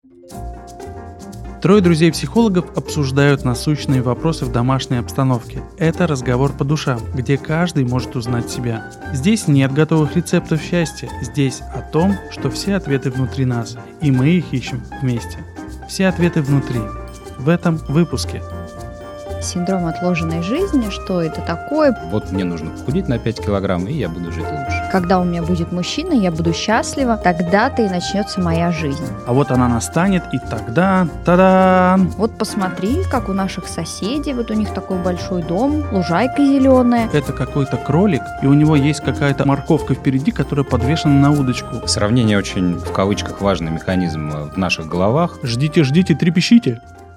Трое друзей-психологов обсуждают насущные вопросы в домашней обстановке. Это разговор по душам, где каждый может узнать себя. Здесь нет готовых рецептов счастья. Здесь о том, что все ответы внутри нас, и мы их ищем вместе. Все ответы внутри. В этом выпуске. Синдром отложенной жизни, что это такое? Вот мне нужно похудеть на 5 килограмм, и я буду жить лучше. Когда у меня будет мужчина, я буду счастлива, тогда-то и начнется моя жизнь. А вот она настанет, и тогда... Та-дам! Вот посмотри, как у наших соседей, вот у них такой большой дом, лужайка зеленая. Это какой-то кролик, и у него есть какая-то морковка впереди, которая подвешена на удочку. Сравнение очень, в кавычках, важный механизм в наших головах. Ждите, трепещите.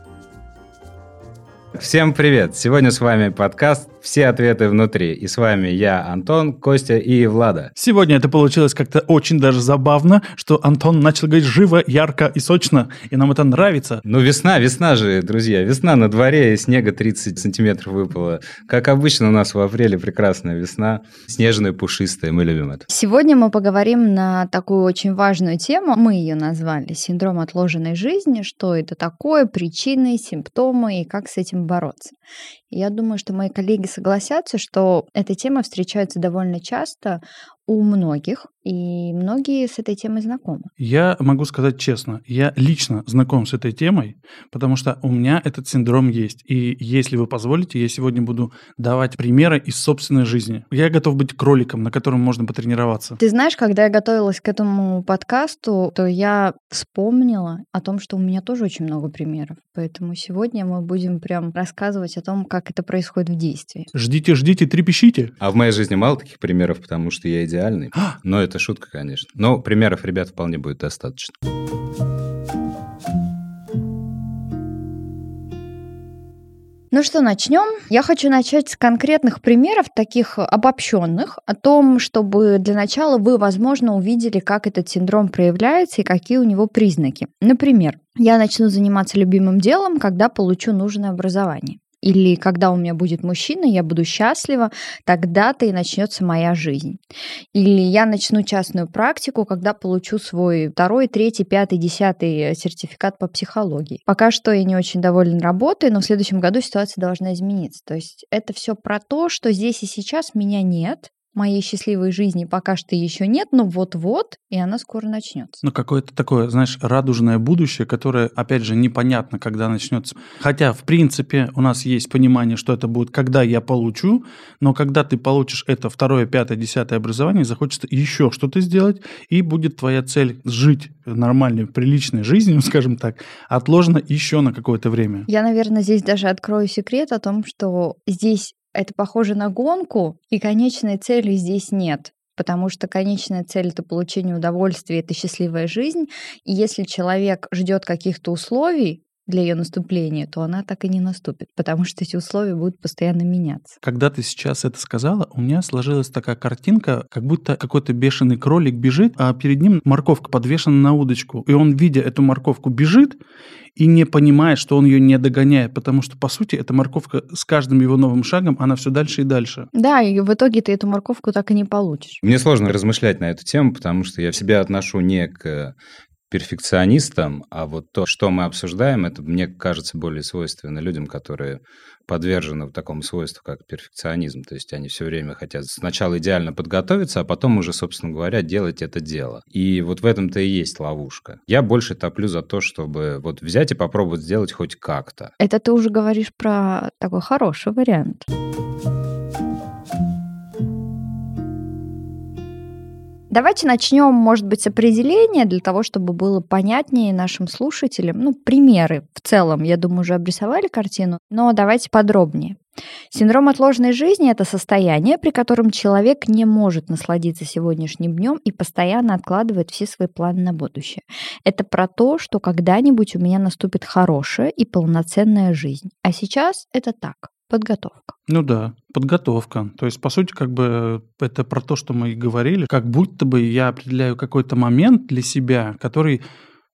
Всем привет! Сегодня с вами подкаст «Все ответы внутри». И с вами я, Антон, Костя и Влада. Сегодня это получилось как-то очень даже забавно, что Антон начал говорить живо, ярко и сочно, и нам это нравится. Ну, весна же, друзья. Весна на дворе, и снега 30 сантиметров выпало. Как обычно у нас в апреле прекрасная весна, снежная, пушистая, мы любим это. Сегодня мы поговорим на такую очень важную тему. Мы ее назвали «Синдром отложенной жизни», что это такое, причины, симптомы и как с этим бороться. Я думаю, что мои коллеги согласятся, что эта тема встречается довольно часто у многих, и многие с этой темой знакомы. Я могу сказать честно, я лично знаком с этой темой, потому что у меня этот синдром есть. И если вы позволите, я сегодня буду давать примеры из собственной жизни. Я готов быть кроликом, на котором можно потренироваться. Ты знаешь, когда я готовилась к этому подкасту, то я вспомнила о том, что у меня тоже очень много примеров. Поэтому сегодня мы будем прям рассказывать о том, как это происходит в действии. Ждите, трепещите. А в моей жизни мало таких примеров, потому что я идеальный. Но это шутка, конечно. Но примеров, ребят, вполне будет достаточно. Ну что, начнем? Я хочу начать с конкретных примеров, таких обобщенных, о том, чтобы для начала вы, возможно, увидели, как этот синдром проявляется и какие у него признаки. Например, я начну заниматься любимым делом, когда получу нужное образование. Или когда у меня будет мужчина, я буду счастлива, тогда-то и начнется моя жизнь. Или я начну частную практику, когда получу свой 2, 3, 5, 10 сертификат по психологии. Пока что я не очень довольна работой, но в следующем году ситуация должна измениться. То есть это все про то, что здесь и сейчас меня нет, моей счастливой жизни пока что еще нет, но вот-вот, и она скоро начнется. Ну, какое-то такое, знаешь, радужное будущее, которое, опять же, непонятно, когда начнется. Хотя, в принципе, у нас есть понимание, что это будет, когда я получу, но когда ты получишь это 2, 5, 10 образование, захочется еще что-то сделать, и будет твоя цель жить нормальной, приличной жизнью, скажем так, отложена еще на какое-то время. Я, наверное, здесь даже открою секрет о том, что здесь это похоже на гонку, и конечной цели здесь нет. Потому что конечная цель – это получение удовольствия, это счастливая жизнь. И если человек ждет каких-то условий для ее наступления, то она так и не наступит, потому что эти условия будут постоянно меняться. Когда ты сейчас это сказала, у меня сложилась такая картинка, как будто какой-то бешеный кролик бежит, а перед ним морковка подвешена на удочку. И он, видя эту морковку, бежит и не понимает, что он ее не догоняет, потому что, по сути, эта морковка с каждым его новым шагом, она все дальше и дальше. Да, и в итоге ты эту морковку так и не получишь. Мне сложно размышлять на эту тему, потому что я себя отношу не к перфекционистам, а вот то, что мы обсуждаем, это, мне кажется, более свойственно людям, которые подвержены такому свойству, как перфекционизм. То есть они все время хотят сначала идеально подготовиться, а потом уже, собственно говоря, делать это дело. И вот в этом-то и есть ловушка. Я больше топлю за то, чтобы вот взять и попробовать сделать хоть как-то. Это ты уже говоришь про такой хороший вариант. Давайте начнем, может быть, с определения, для того, чтобы было понятнее нашим слушателям. Ну, примеры в целом, я думаю, уже обрисовали картину, но давайте подробнее. Синдром отложенной жизни – это состояние, при котором человек не может насладиться сегодняшним днем и постоянно откладывает все свои планы на будущее. Это про то, что когда-нибудь у меня наступит хорошая и полноценная жизнь. А сейчас это так. Подготовка. Ну да, подготовка. То есть, по сути, как бы это про то, что мы и говорили. Как будто бы я определяю какой-то момент для себя, который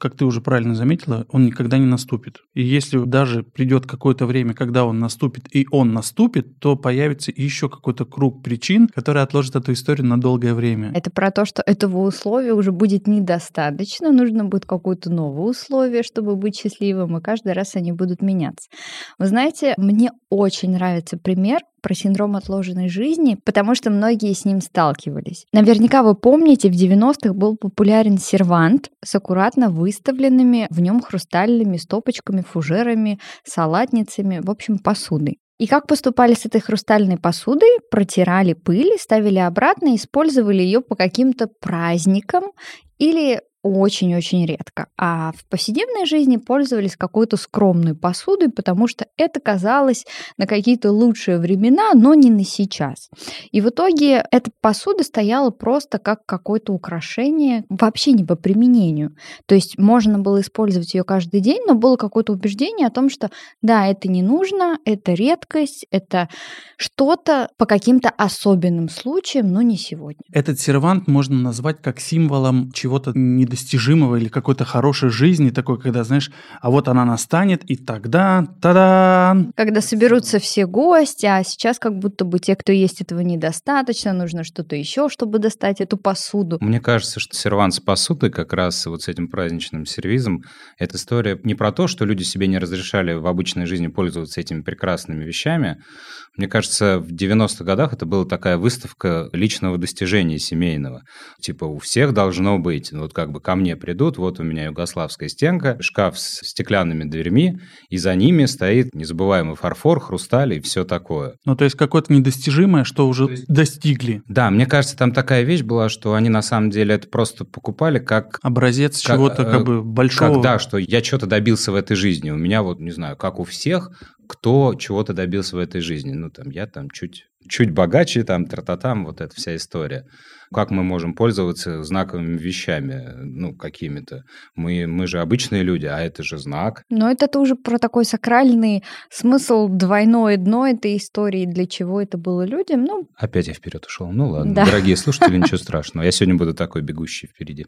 как ты уже правильно заметила, он никогда не наступит. И если даже придет какое-то время, когда он наступит, и он наступит, то появится еще какой-то круг причин, который отложит эту историю на долгое время. Это про то, что этого условия уже будет недостаточно, нужно будет какое-то новое условие, чтобы быть счастливым, и каждый раз они будут меняться. Вы знаете, мне очень нравится пример про синдром отложенной жизни, потому что многие с ним сталкивались. Наверняка вы помните, в 90-х был популярен сервант с аккуратно выставленными в нем хрустальными стопочками, фужерами, салатницами, в общем, посудой. И как поступали с этой хрустальной посудой? Протирали пыль, ставили обратно, использовали ее по каким-то праздникам или очень-очень редко. А в повседневной жизни пользовались какой-то скромной посудой, потому что это казалось на какие-то лучшие времена, но не на сейчас. И в итоге эта посуда стояла просто как какое-то украшение, вообще не по применению. То есть можно было использовать ее каждый день, но было какое-то убеждение о том, что да, это не нужно, это редкость, это что-то по каким-то особенным случаям, но не сегодня. Этот сервант можно назвать как символом чего-то недостижимого или какой-то хорошей жизни, такой, когда, знаешь, а вот она настанет, и тогда, та-дан! Когда соберутся все гости, а сейчас как будто бы те, кто есть, этого недостаточно, нужно что-то еще, чтобы достать эту посуду. Мне кажется, что сервант с посудой, как раз вот с этим праздничным сервизом, это история не про то, что люди себе не разрешали в обычной жизни пользоваться этими прекрасными вещами. Мне кажется, в 90-х годах это была такая выставка личного достижения семейного. Типа у всех должно быть, вот как бы ко мне придут, вот у меня югославская стенка, шкаф с стеклянными дверьми, и за ними стоит незабываемый фарфор, хрусталь и все такое. Ну, то есть какое-то недостижимое, что уже достигли. Да, мне кажется, там такая вещь была, что они на самом деле это просто покупали как... Образец чего-то как бы большого. Когда, что я что-то добился в этой жизни. У меня вот, не знаю, как у всех, кто чего-то добился в этой жизни. Ну, там, я там чуть богаче, там, тра-та-там, вот эта вся история. Как мы можем пользоваться знаковыми вещами, ну, какими-то? Мы же обычные люди, а это же знак. Но это уже про такой сакральный смысл, двойное дно этой истории, для чего это было людям. Ну, опять я вперед ушел. Ну, ладно, да. Дорогие слушатели, ничего страшного. Я сегодня буду такой бегущий впереди.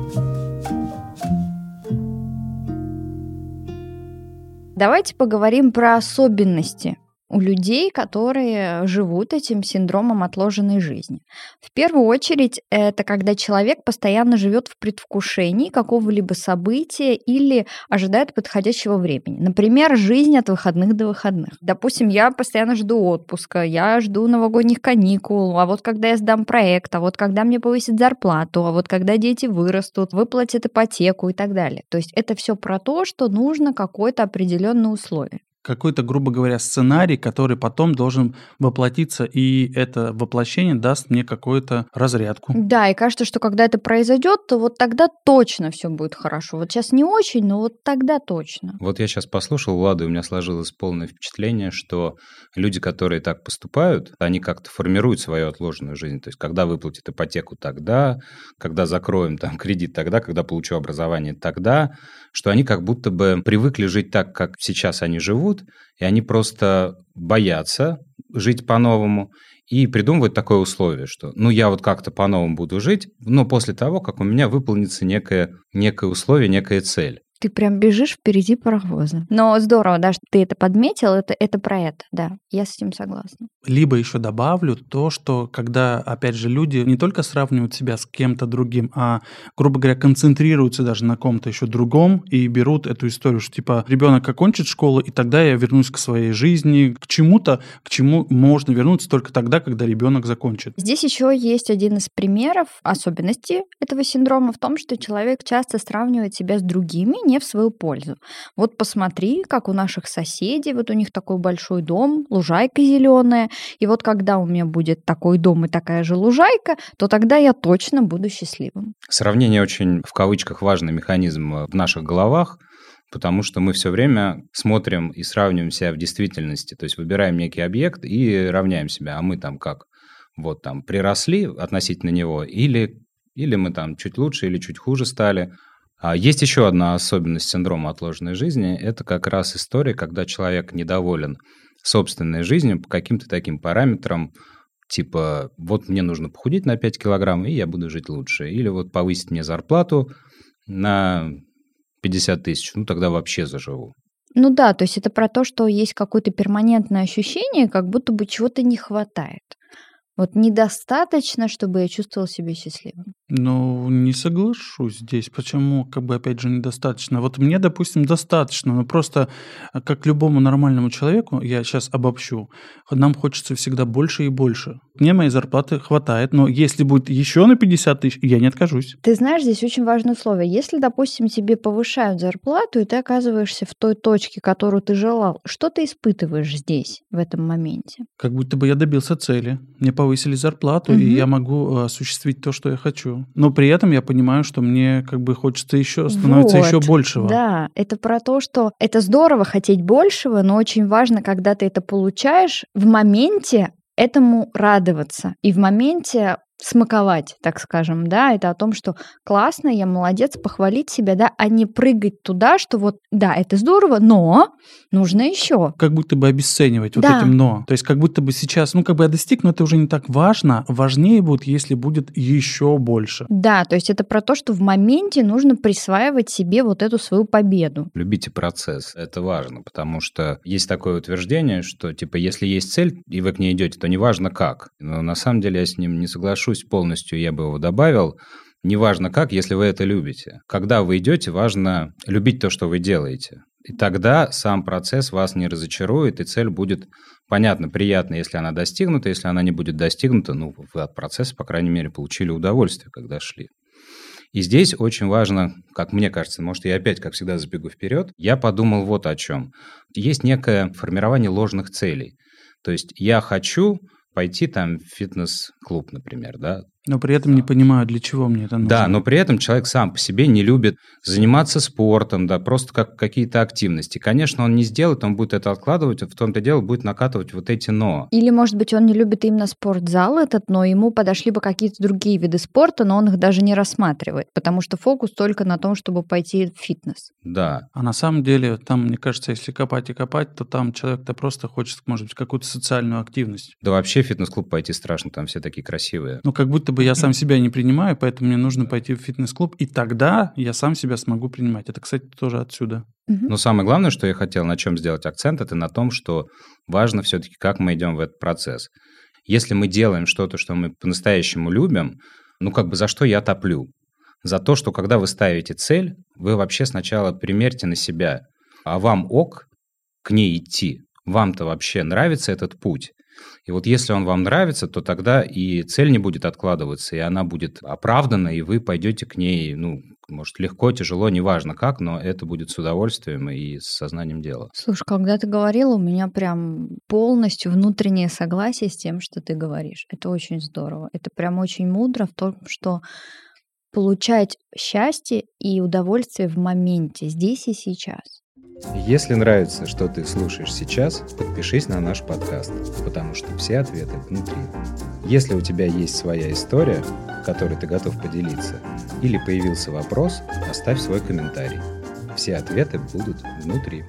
Давайте поговорим про особенности у людей, которые живут этим синдромом отложенной жизни. В первую очередь, это когда человек постоянно живет в предвкушении какого-либо события или ожидает подходящего времени. Например, жизнь от выходных до выходных. Допустим, я постоянно жду отпуска, я жду новогодних каникул, а вот когда я сдам проект, а вот когда мне повысят зарплату, а вот когда дети вырастут, выплатят ипотеку и так далее. То есть это все про то, что нужно какое-то определенное условие. Какой-то, грубо говоря, сценарий, который потом должен воплотиться, и это воплощение даст мне какую-то разрядку. Да, и кажется, что когда это произойдет, то вот тогда точно все будет хорошо. Вот сейчас не очень, но вот тогда точно. Вот я сейчас послушал Владу, и у меня сложилось полное впечатление, что люди, которые так поступают, они как-то формируют свою отложенную жизнь. То есть, когда выплатят ипотеку, тогда, когда закроем там кредит, тогда, когда получу образование, тогда, что они как будто бы привыкли жить так, как сейчас они живут, и они просто боятся жить по-новому и придумывают такое условие, что ну я вот как-то по-новому буду жить, но после того, как у меня выполнится некое условие, некая цель. Ты прям бежишь впереди паровоза. Но здорово, да, что ты это подметил, это про это, да, я с этим согласна. Либо еще добавлю то, что когда, опять же, люди не только сравнивают себя с кем-то другим, а, грубо говоря, концентрируются даже на ком-то еще другом и берут эту историю, что типа ребенок окончит школу, и тогда я вернусь к своей жизни, к чему-то, к чему можно вернуться только тогда, когда ребенок закончит. Здесь еще есть один из примеров особенностей этого синдрома в том, что человек часто сравнивает себя с другими, не в свою пользу. Вот посмотри, как у наших соседей, вот у них такой большой дом, лужайка зеленая, и вот когда у меня будет такой дом и такая же лужайка, то тогда я точно буду счастливым. Сравнение очень, в кавычках, важный механизм в наших головах, потому что мы все время смотрим и сравниваем себя в действительности, то есть выбираем некий объект и равняем себя, а мы там как? Вот там приросли относительно него, или мы там чуть лучше или чуть хуже стали. А есть еще одна особенность синдрома отложенной жизни. Это как раз история, когда человек недоволен собственной жизнью по каким-то таким параметрам, типа вот мне нужно похудеть на 5 килограмм, и я буду жить лучше. Или вот повысить мне зарплату на 50 тысяч, ну тогда вообще заживу. Ну да, то есть это про то, что есть какое-то перманентное ощущение, как будто бы чего-то не хватает. Вот недостаточно, чтобы я чувствовала себя счастливым. Ну, не соглашусь здесь. Почему, опять же, недостаточно? Вот мне, допустим, достаточно, но просто, как любому нормальному человеку, я сейчас обобщу, нам хочется всегда больше и больше. Мне моей зарплаты хватает, но если будет еще на 50 тысяч, я не откажусь. Ты знаешь, здесь очень важное условие. Если, допустим, тебе повышают зарплату, и ты оказываешься в той точке, которую ты желал, что ты испытываешь здесь, в этом моменте? Как будто бы я добился цели. Мне повысили зарплату, и я могу осуществить то, что я хочу. Но при этом я понимаю, что мне хочется еще, становится еще большего. Да, это про то, что это здорово хотеть большего, но очень важно, когда ты это получаешь, в моменте этому радоваться и в моменте смаковать, так скажем, да, это о том, что классно, я молодец, похвалить себя, да, а не прыгать туда, что вот, да, это здорово, но нужно еще. Как будто бы обесценивать вот Да. этим «но». То есть как будто бы сейчас, я достиг, но это уже не так важно. Важнее будет, если будет еще больше. Да, то есть это про то, что в моменте нужно присваивать себе вот эту свою победу. Любите процесс, это важно, потому что есть такое утверждение, что если есть цель, и вы к ней идете, то неважно как. Но на самом деле я с ним не соглашусь полностью, я бы его добавил. Неважно как, если вы это любите. Когда вы идете, важно любить то, что вы делаете. И тогда сам процесс вас не разочарует, и цель будет, понятно, приятна, если она достигнута. Если она не будет достигнута, вы от процесса, по крайней мере, получили удовольствие, когда шли. И здесь очень важно, как мне кажется, может, я опять, как всегда, забегу вперед, я подумал вот о чем. Есть некое формирование ложных целей. То есть я хочу пойти в фитнес-клуб, например, да. Но при этом не понимаю, для чего мне это нужно. Да, но при этом человек сам по себе не любит заниматься спортом, да, просто как какие-то активности. Конечно, он не сделает, он будет это откладывать, в том-то дело будет накатывать вот эти «но». Или, может быть, он не любит именно спортзал этот, но ему подошли бы какие-то другие виды спорта, но он их даже не рассматривает, потому что фокус только на том, чтобы пойти в фитнес. Да. А на самом деле, там, мне кажется, если копать и копать, то там человек-то просто хочет, может быть, какую-то социальную активность. Да вообще в фитнес-клуб пойти страшно, там все такие красивые. Как будто бы я сам себя не принимаю, поэтому мне нужно пойти в фитнес-клуб, и тогда я сам себя смогу принимать. Это, кстати, тоже отсюда. Но самое главное, что я хотел на чем сделать акцент, это на том, что важно все-таки, как мы идем в этот процесс. Если мы делаем что-то, что мы по-настоящему любим, за что я топлю? За то, что когда вы ставите цель, вы вообще сначала примерьте на себя, а вам ок к ней идти? Вам-то вообще нравится этот путь? И вот если он вам нравится, то тогда и цель не будет откладываться, и она будет оправдана, и вы пойдете к ней, может, легко, тяжело, неважно как, но это будет с удовольствием и с сознанием дела. Слушай, когда ты говорила, у меня прям полностью внутреннее согласие с тем, что ты говоришь. Это очень здорово. Это прям очень мудро в том, что получать счастье и удовольствие в моменте, здесь и сейчас. Если нравится, что ты слушаешь сейчас, подпишись на наш подкаст, потому что все ответы внутри. Если у тебя есть своя история, которой ты готов поделиться, или появился вопрос, оставь свой комментарий. Все ответы будут внутри.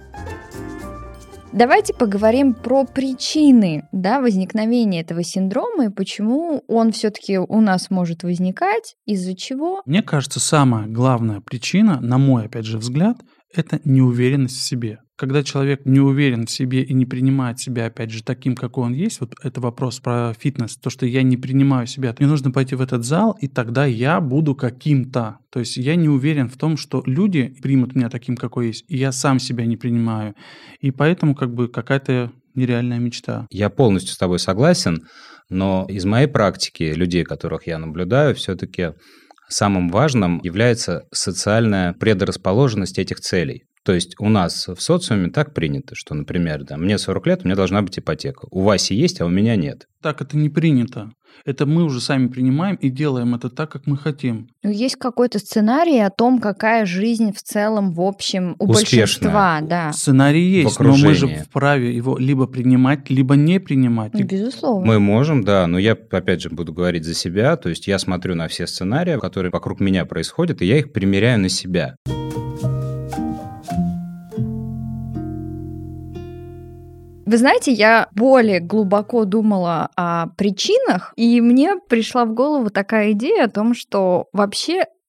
Давайте поговорим про причины, возникновения этого синдрома и почему он все-таки у нас может возникать, из-за чего. Мне кажется, самая главная причина, на мой, опять же, взгляд, это неуверенность в себе. Когда человек не уверен в себе и не принимает себя, опять же, таким, какой он есть, вот это вопрос про фитнес, то, что я не принимаю себя, мне нужно пойти в этот зал, и тогда я буду каким-то. То есть я не уверен в том, что люди примут меня таким, какой есть, и я сам себя не принимаю. И поэтому какая-то нереальная мечта. Я полностью с тобой согласен, но из моей практики людей, которых я наблюдаю, все-таки самым важным является социальная предрасположенность этих целей. То есть у нас в социуме так принято, что, например, мне 40 лет, у меня должна быть ипотека. У Васи есть, а у меня нет. Так это не принято. Это мы уже сами принимаем и делаем это так, как мы хотим. Есть какой-то сценарий о том, какая жизнь в целом, в общем, у успешная. большинства. Да. Сценарий есть, но мы же вправе его либо принимать, либо не принимать. Безусловно. Мы можем, да, но я, опять же, буду говорить за себя. То есть я смотрю на все сценарии, которые вокруг меня происходят, и я их примеряю на себя. Вы знаете, я более глубоко думала о причинах, и мне пришла в голову такая идея о том, что вообще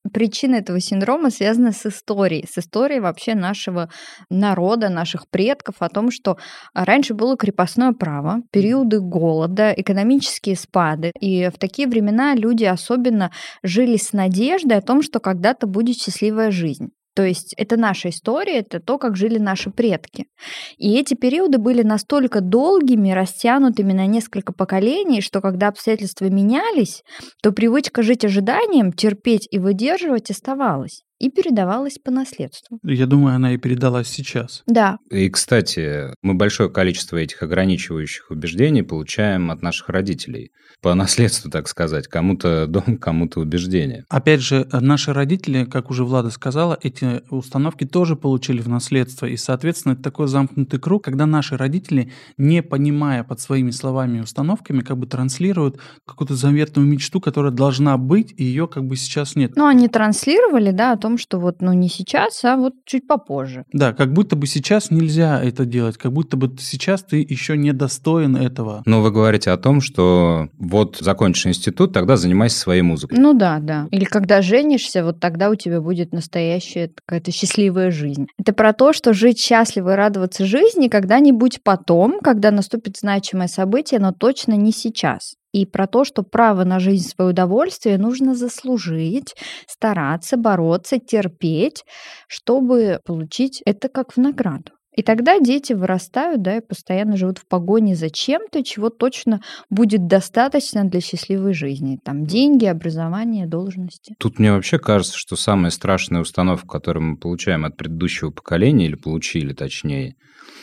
причина этого синдрома связана с историей вообще нашего народа, наших предков, о том, что раньше было крепостное право, периоды голода, экономические спады, и в такие времена люди особенно жили с надеждой о том, что когда-то будет счастливая жизнь. То есть это наша история, это то, как жили наши предки. И эти периоды были настолько долгими, растянутыми на несколько поколений, что когда обстоятельства менялись, то привычка жить ожиданием, терпеть и выдерживать оставалась и передавалась по наследству. Я думаю, она и передалась сейчас. Да. И, кстати, мы большое количество этих ограничивающих убеждений получаем от наших родителей. По наследству, так сказать. Кому-то дом, кому-то убеждения. Опять же, наши родители, как уже Влада сказала, эти установки тоже получили в наследство. И, соответственно, это такой замкнутый круг, когда наши родители, не понимая под своими словами и установками, как бы транслируют какую-то заветную мечту, которая должна быть, и ее как бы сейчас нет. Ну, они транслировали, да, о том, что вот, ну, не сейчас, а вот чуть попозже. Да, как будто бы сейчас нельзя это делать, как будто бы сейчас ты еще не достоин этого. Но вы говорите о том, что вот закончишь институт, тогда занимайся своей музыкой. Ну да, да. Или когда женишься, вот тогда у тебя будет настоящая какая-то счастливая жизнь. Это про то, что жить счастливо и радоваться жизни когда-нибудь потом, когда наступит значимое событие, но точно не сейчас. И про то, что право на жизнь в свое удовольствие нужно заслужить, стараться, бороться, терпеть, чтобы получить это как в награду. И тогда дети вырастают, да, и постоянно живут в погоне за чем-то, чего точно будет достаточно для счастливой жизни. Там деньги, образование, должности. Тут мне вообще кажется, что самая страшная установка, которую мы получаем от предыдущего поколения, или получили точнее,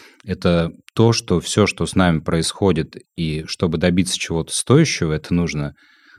это то, что все, что с нами происходит, и чтобы добиться чего-то стоящего, это нужно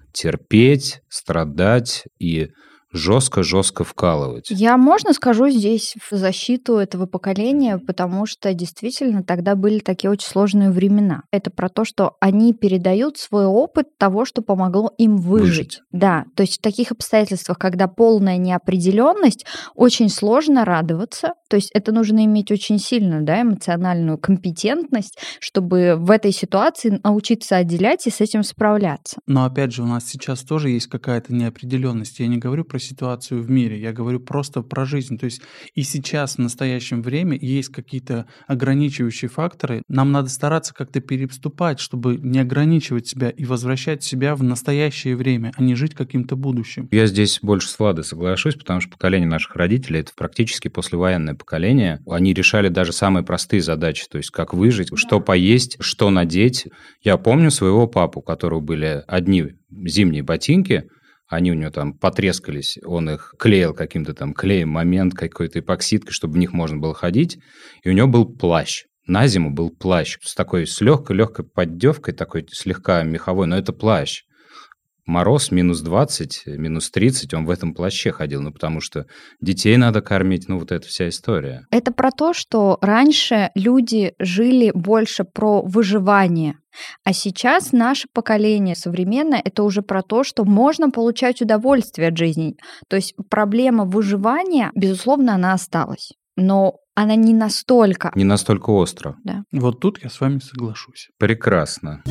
терпеть, страдать и жестко-жестко вкалывать. Я, можно скажу здесь в защиту этого поколения, потому что действительно тогда были такие очень сложные времена. Это про то, что они передают свой опыт того, что помогло им выжить. Да, то есть в таких обстоятельствах, когда полная неопределенность, очень сложно радоваться. То есть это нужно иметь очень сильную, да, эмоциональную компетентность, чтобы в этой ситуации научиться отделять и с этим справляться. Но опять же, у нас сейчас тоже есть какая-то неопределенность. Я не говорю про ситуацию в мире, я говорю просто про жизнь. То есть и сейчас, в настоящем время, есть какие-то ограничивающие факторы. Нам надо стараться как-то переступать, чтобы не ограничивать себя и возвращать себя в настоящее время, а не жить каким-то будущим. Я здесь больше с Владой соглашусь, потому что поколение наших родителей – это практически послевоенное поколение. Они решали даже самые простые задачи, то есть как выжить, что поесть, что надеть. Я помню своего папу, у которого были одни зимние ботинки, они у него там потрескались, он их клеил каким-то там клеем, момент какой-то эпоксидкой, чтобы в них можно было ходить, и у него был плащ. На зиму был плащ с легкой поддевкой, такой слегка меховой, но это плащ. Мороз минус 20, минус 30, он в этом плаще ходил, ну, потому что детей надо кормить, ну, вот эта вся история. Это про то, что раньше люди жили больше про выживание, а сейчас наше поколение современное – это уже про то, что можно получать удовольствие от жизни. То есть проблема выживания, безусловно, она осталась, но она не настолько. Не настолько остро. Да. Вот тут я с вами соглашусь. Прекрасно.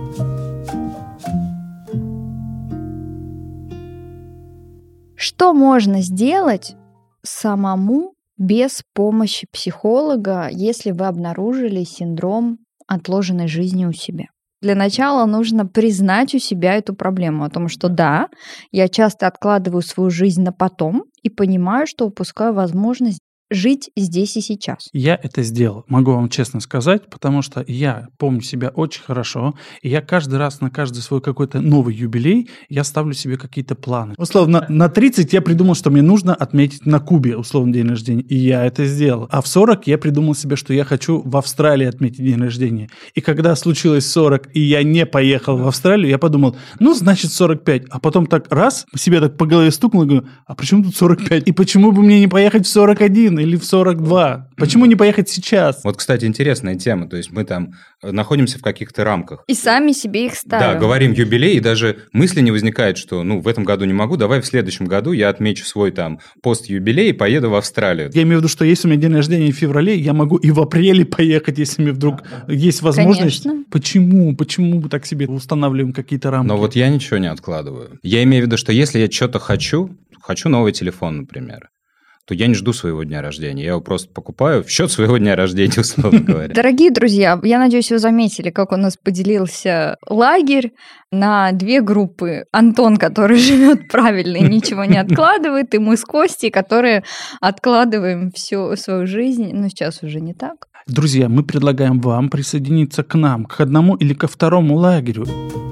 Что можно сделать самому без помощи психолога, если вы обнаружили синдром отложенной жизни у себя? Для начала нужно признать у себя эту проблему о том, что да, я часто откладываю свою жизнь на потом и понимаю, что упускаю возможность жить здесь и сейчас. Я это сделал, могу вам честно сказать, потому что я помню себя очень хорошо, и я каждый раз на каждый свой какой-то новый юбилей я ставлю себе какие-то планы. Условно, на 30 я придумал, что мне нужно отметить на Кубе, условно, день рождения, и я это сделал. А в 40 я придумал себе, что я хочу в Австралии отметить день рождения. И когда случилось 40, и я не поехал в Австралию, я подумал, ну, значит, 45. А потом так раз, себе так по голове стукнул и говорю, а почему тут 45? И почему бы мне не поехать в 41? Или в 42. Почему не поехать сейчас? Вот, кстати, интересная тема. То есть мы там находимся в каких-то рамках. И сами себе их ставим. Да, говорим юбилей, и даже мысли не возникает, что, ну, в этом году не могу, давай в следующем году я отмечу свой там пост-юбилей и поеду в Австралию. Я имею в виду, что если у меня день рождения в феврале, я могу и в апреле поехать, если мне вдруг есть возможность. Конечно. Почему мы так себе устанавливаем какие-то рамки? Но вот я ничего не откладываю. Я имею в виду, что если я что-то хочу хочу новый телефон, например, то я не жду своего дня рождения. Я его просто покупаю в счет своего дня рождения, условно говоря. Дорогие друзья, я надеюсь, вы заметили, как у нас поделился лагерь на две группы. Антон, который живет правильно и ничего не откладывает, и мы с Костей, которые откладываем всю свою жизнь. Но сейчас уже не так. Друзья, мы предлагаем вам присоединиться к нам, к одному или ко второму лагерю.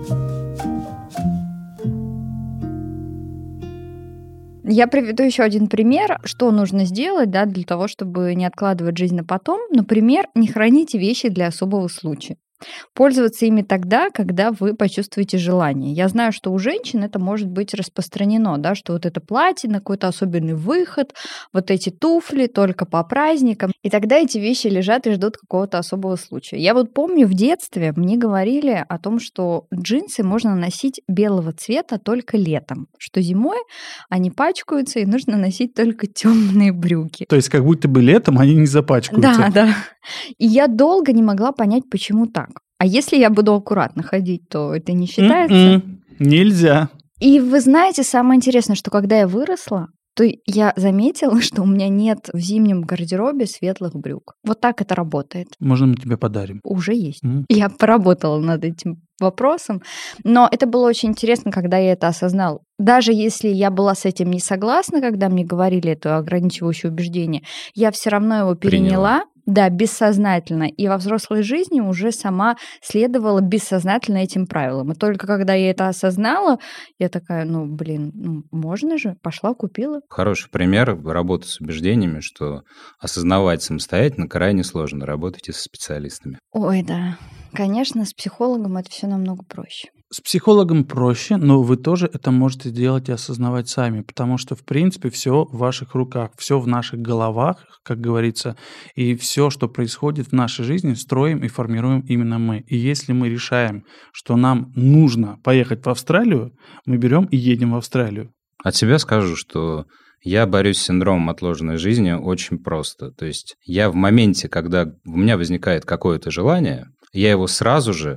Я приведу еще один пример, что нужно сделать, да, для того, чтобы не откладывать жизнь на потом. Например, не храните вещи для особого случая. Пользоваться ими тогда, когда вы почувствуете желание. Я знаю, что у женщин это может быть распространено, да, что вот это платье на какой-то особенный выход, вот эти туфли только по праздникам. И тогда эти вещи лежат и ждут какого-то особого случая. Я вот помню, в детстве мне говорили о том, что джинсы можно носить белого цвета только летом, что зимой они пачкаются и нужно носить только темные брюки. То есть как будто бы летом они не запачкаются. Да, да. И я долго не могла понять, почему так. А если я буду аккуратно ходить, то это не считается? Нельзя. И вы знаете, самое интересное, что когда я выросла, то я заметила, что у меня нет в зимнем гардеробе светлых брюк. Вот так это работает. Можно мы тебе подарим? Уже есть. Я поработала над этим вопросом, но это было очень интересно, когда я это осознала. Даже если я была с этим не согласна, когда мне говорили это ограничивающее убеждение, я все равно его переняла. Да, бессознательно. И во взрослой жизни уже сама следовала бессознательно этим правилам. И только когда я это осознала, я такая, можно же, пошла, купила. Хороший пример работы с убеждениями, что осознавать самостоятельно крайне сложно. Работайте со специалистами. Ой, да. Конечно, с психологом это все намного проще. С психологом проще, но вы тоже это можете делать и осознавать сами, потому что, в принципе, все в ваших руках, все в наших головах, как говорится, и все, что происходит в нашей жизни, строим и формируем именно мы. И если мы решаем, что нам нужно поехать в Австралию, мы берем и едем в Австралию. От себя скажу, что я борюсь с синдромом отложенной жизни очень просто. То есть я в моменте, когда у меня возникает какое-то желание, я его сразу же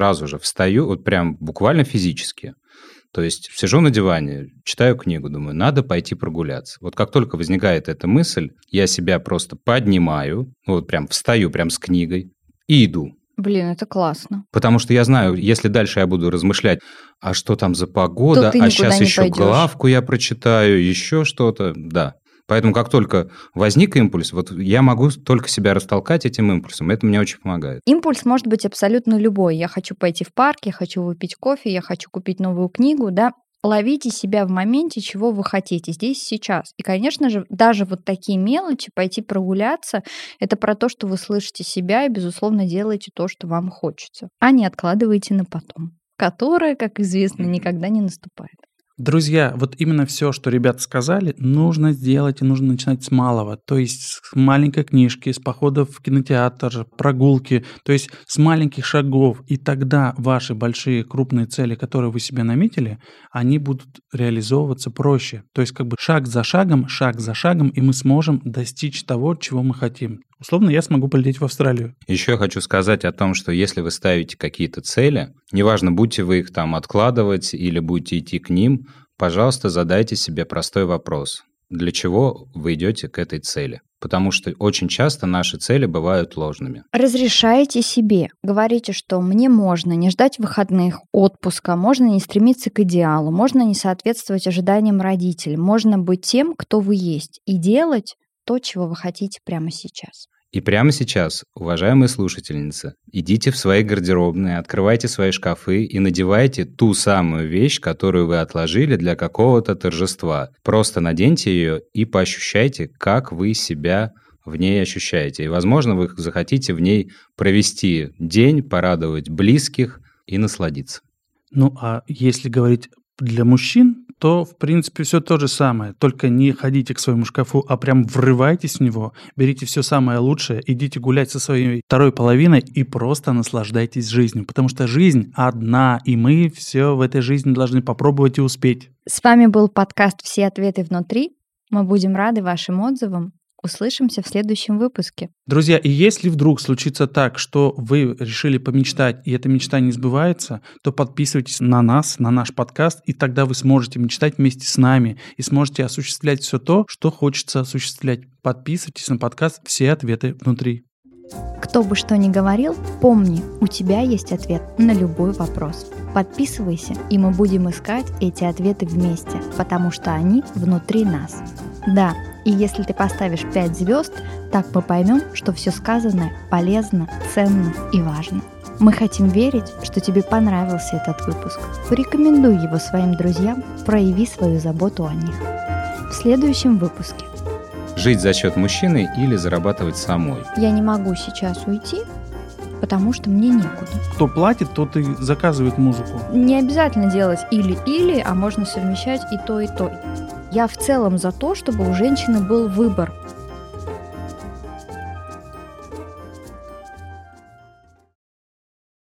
встаю, вот прям буквально физически. То есть сижу на диване, читаю книгу, думаю, надо пойти прогуляться. Вот как только возникает эта мысль, я себя просто поднимаю, вот прям встаю прям с книгой и иду. Блин, это классно. Потому что я знаю, если дальше я буду размышлять, а что там за погода, а сейчас еще пойдешь. Главку я прочитаю, еще что-то, да. Поэтому как только возник импульс, вот я могу только себя растолкать этим импульсом. Это мне очень помогает. Импульс может быть абсолютно любой. Я хочу пойти в парк, я хочу выпить кофе, я хочу купить новую книгу, да. Ловите себя в моменте, чего вы хотите, здесь, сейчас. И, конечно же, даже вот такие мелочи, пойти прогуляться, это про то, что вы слышите себя и, безусловно, делаете то, что вам хочется, а не откладываете на потом, которое, как известно, никогда не наступает. Друзья, вот именно все, что ребята сказали, нужно сделать и нужно начинать с малого. То есть с маленькой книжки, с походов в кинотеатр, прогулки, то есть с маленьких шагов. И тогда ваши большие крупные цели, которые вы себе наметили, они будут реализовываться проще. То есть как бы шаг за шагом, и мы сможем достичь того, чего мы хотим. Условно, я смогу полететь в Австралию. Еще я хочу сказать о том, что если вы ставите какие-то цели, неважно, будете вы их там откладывать или будете идти к ним, пожалуйста, задайте себе простой вопрос. Для чего вы идете к этой цели? Потому что очень часто наши цели бывают ложными. Разрешайте себе. Говорите, что мне можно не ждать выходных, отпуска, можно не стремиться к идеалу, можно не соответствовать ожиданиям родителей, можно быть тем, кто вы есть, и делать то, чего вы хотите прямо сейчас. И прямо сейчас, уважаемые слушательницы, идите в свои гардеробные, открывайте свои шкафы и надевайте ту самую вещь, которую вы отложили для какого-то торжества. Просто наденьте ее и поощущайте, как вы себя в ней ощущаете. И, возможно, вы захотите в ней провести день, порадовать близких и насладиться. Ну, а если говорить для мужчин, то, в принципе, все то же самое. Только не ходите к своему шкафу, а прям врывайтесь в него, берите все самое лучшее, идите гулять со своей второй половиной и просто наслаждайтесь жизнью. Потому что жизнь одна, и мы все в этой жизни должны попробовать и успеть. С вами был подкаст «Все ответы внутри». Мы будем рады вашим отзывам Услышимся в следующем выпуске. Друзья, и если вдруг случится так, что вы решили помечтать, и эта мечта не сбывается, то подписывайтесь на нас, на наш подкаст, и тогда вы сможете мечтать вместе с нами и сможете осуществлять все то, что хочется осуществлять. Подписывайтесь на подкаст «Все ответы внутри». Кто бы что ни говорил, помни, у тебя есть ответ на любой вопрос. Подписывайся, и мы будем искать эти ответы вместе, потому что они внутри нас. Да, и если ты поставишь 5 звезд, так мы поймем, что все сказанное полезно, ценно и важно. Мы хотим верить, что тебе понравился этот выпуск. Порекомендуй его своим друзьям, прояви свою заботу о них. В следующем выпуске. Жить за счет мужчины или зарабатывать самой? Я не могу сейчас уйти, потому что мне некуда. Кто платит, тот и заказывает музыку. Не обязательно делать или-или, а можно совмещать и то, и то. Я в целом за то, чтобы у женщины был выбор.